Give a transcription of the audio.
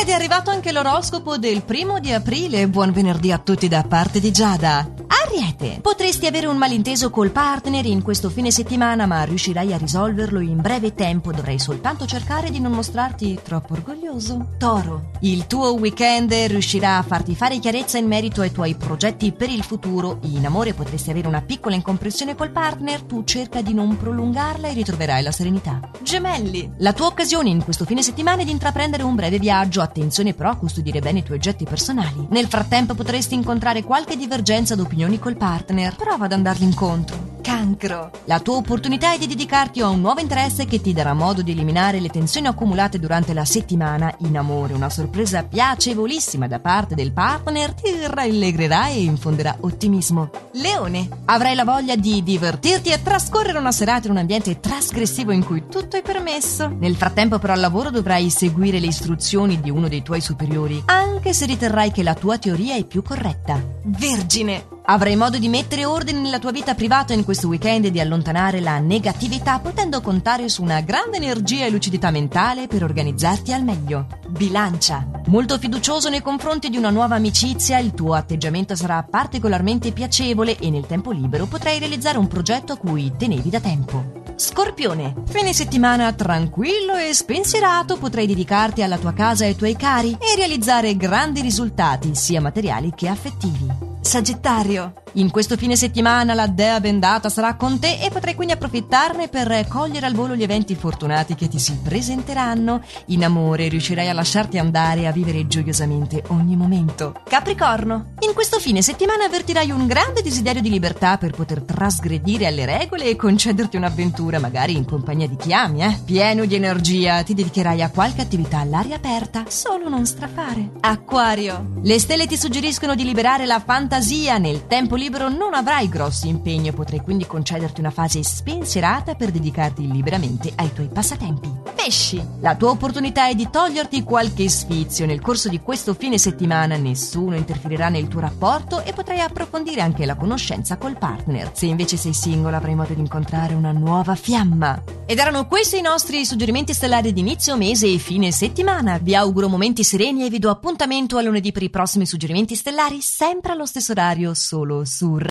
Ed è arrivato anche l'oroscopo del 1 aprile. Buon venerdì a tutti da parte di Giada. Ariete, potresti avere un malinteso col partner in questo fine settimana, ma riuscirai a risolverlo in breve tempo. Dovrai soltanto cercare di non mostrarti troppo orgoglioso. Toro, il tuo weekend riuscirà a farti fare chiarezza in merito ai tuoi progetti per il futuro. In amore potresti avere una piccola incomprensione col partner, tu cerca di non prolungarla e ritroverai la serenità. Gemelli, la tua occasione in questo fine settimana è di intraprendere un breve viaggio. Attenzione però a custodire bene i tuoi oggetti personali. Nel frattempo potresti incontrare qualche divergenza d'opinioni col partner, prova ad andargli incontro. Cancro, la tua opportunità è di dedicarti a un nuovo interesse che ti darà modo di eliminare le tensioni accumulate durante la settimana. In amore una sorpresa piacevolissima da parte del partner ti rallegrerà e infonderà ottimismo. Leone, avrai la voglia di divertirti e trascorrere una serata in un ambiente trasgressivo in cui tutto è permesso. Nel frattempo però al lavoro dovrai seguire le istruzioni di uno dei tuoi superiori, anche se riterrai che la tua teoria è più corretta. Vergine, avrai modo di mettere ordine nella tua vita privata in questo weekend e di allontanare la negatività, potendo contare su una grande energia e lucidità mentale per organizzarti al meglio. Bilancia, molto fiducioso nei confronti di una nuova amicizia, il tuo atteggiamento sarà particolarmente piacevole e nel tempo libero potrai realizzare un progetto a cui tenevi da tempo. Scorpione, fine settimana tranquillo e spensierato, potrai dedicarti alla tua casa e ai tuoi cari e realizzare grandi risultati, sia materiali che affettivi. Sagittario, in questo fine settimana la dea bendata sarà con te e potrai quindi approfittarne per cogliere al volo gli eventi fortunati che ti si presenteranno. In amore riuscirai a lasciarti andare e a vivere gioiosamente ogni momento. Capricorno, in questo fine settimana avvertirai un grande desiderio di libertà per poter trasgredire alle regole e concederti un'avventura, magari in compagnia di chi ami, Pieno di energia, ti dedicherai a qualche attività all'aria aperta, solo non strafare. Acquario, le stelle ti suggeriscono di liberare la fantasia. Nel tempo libero non avrai grossi impegni e potrai quindi concederti una fase spensierata per dedicarti liberamente ai tuoi passatempi. Pesci, la tua opportunità è di toglierti qualche sfizio. Nel corso di questo fine settimana nessuno interferirà nel tuo rapporto e potrai approfondire anche la conoscenza col partner. Se invece sei single avrai modo di incontrare una nuova fiamma. Ed erano questi i nostri suggerimenti stellari di inizio mese e fine settimana. Vi auguro momenti sereni e vi do appuntamento a lunedì per i prossimi suggerimenti stellari, sempre allo stesso orario, solo su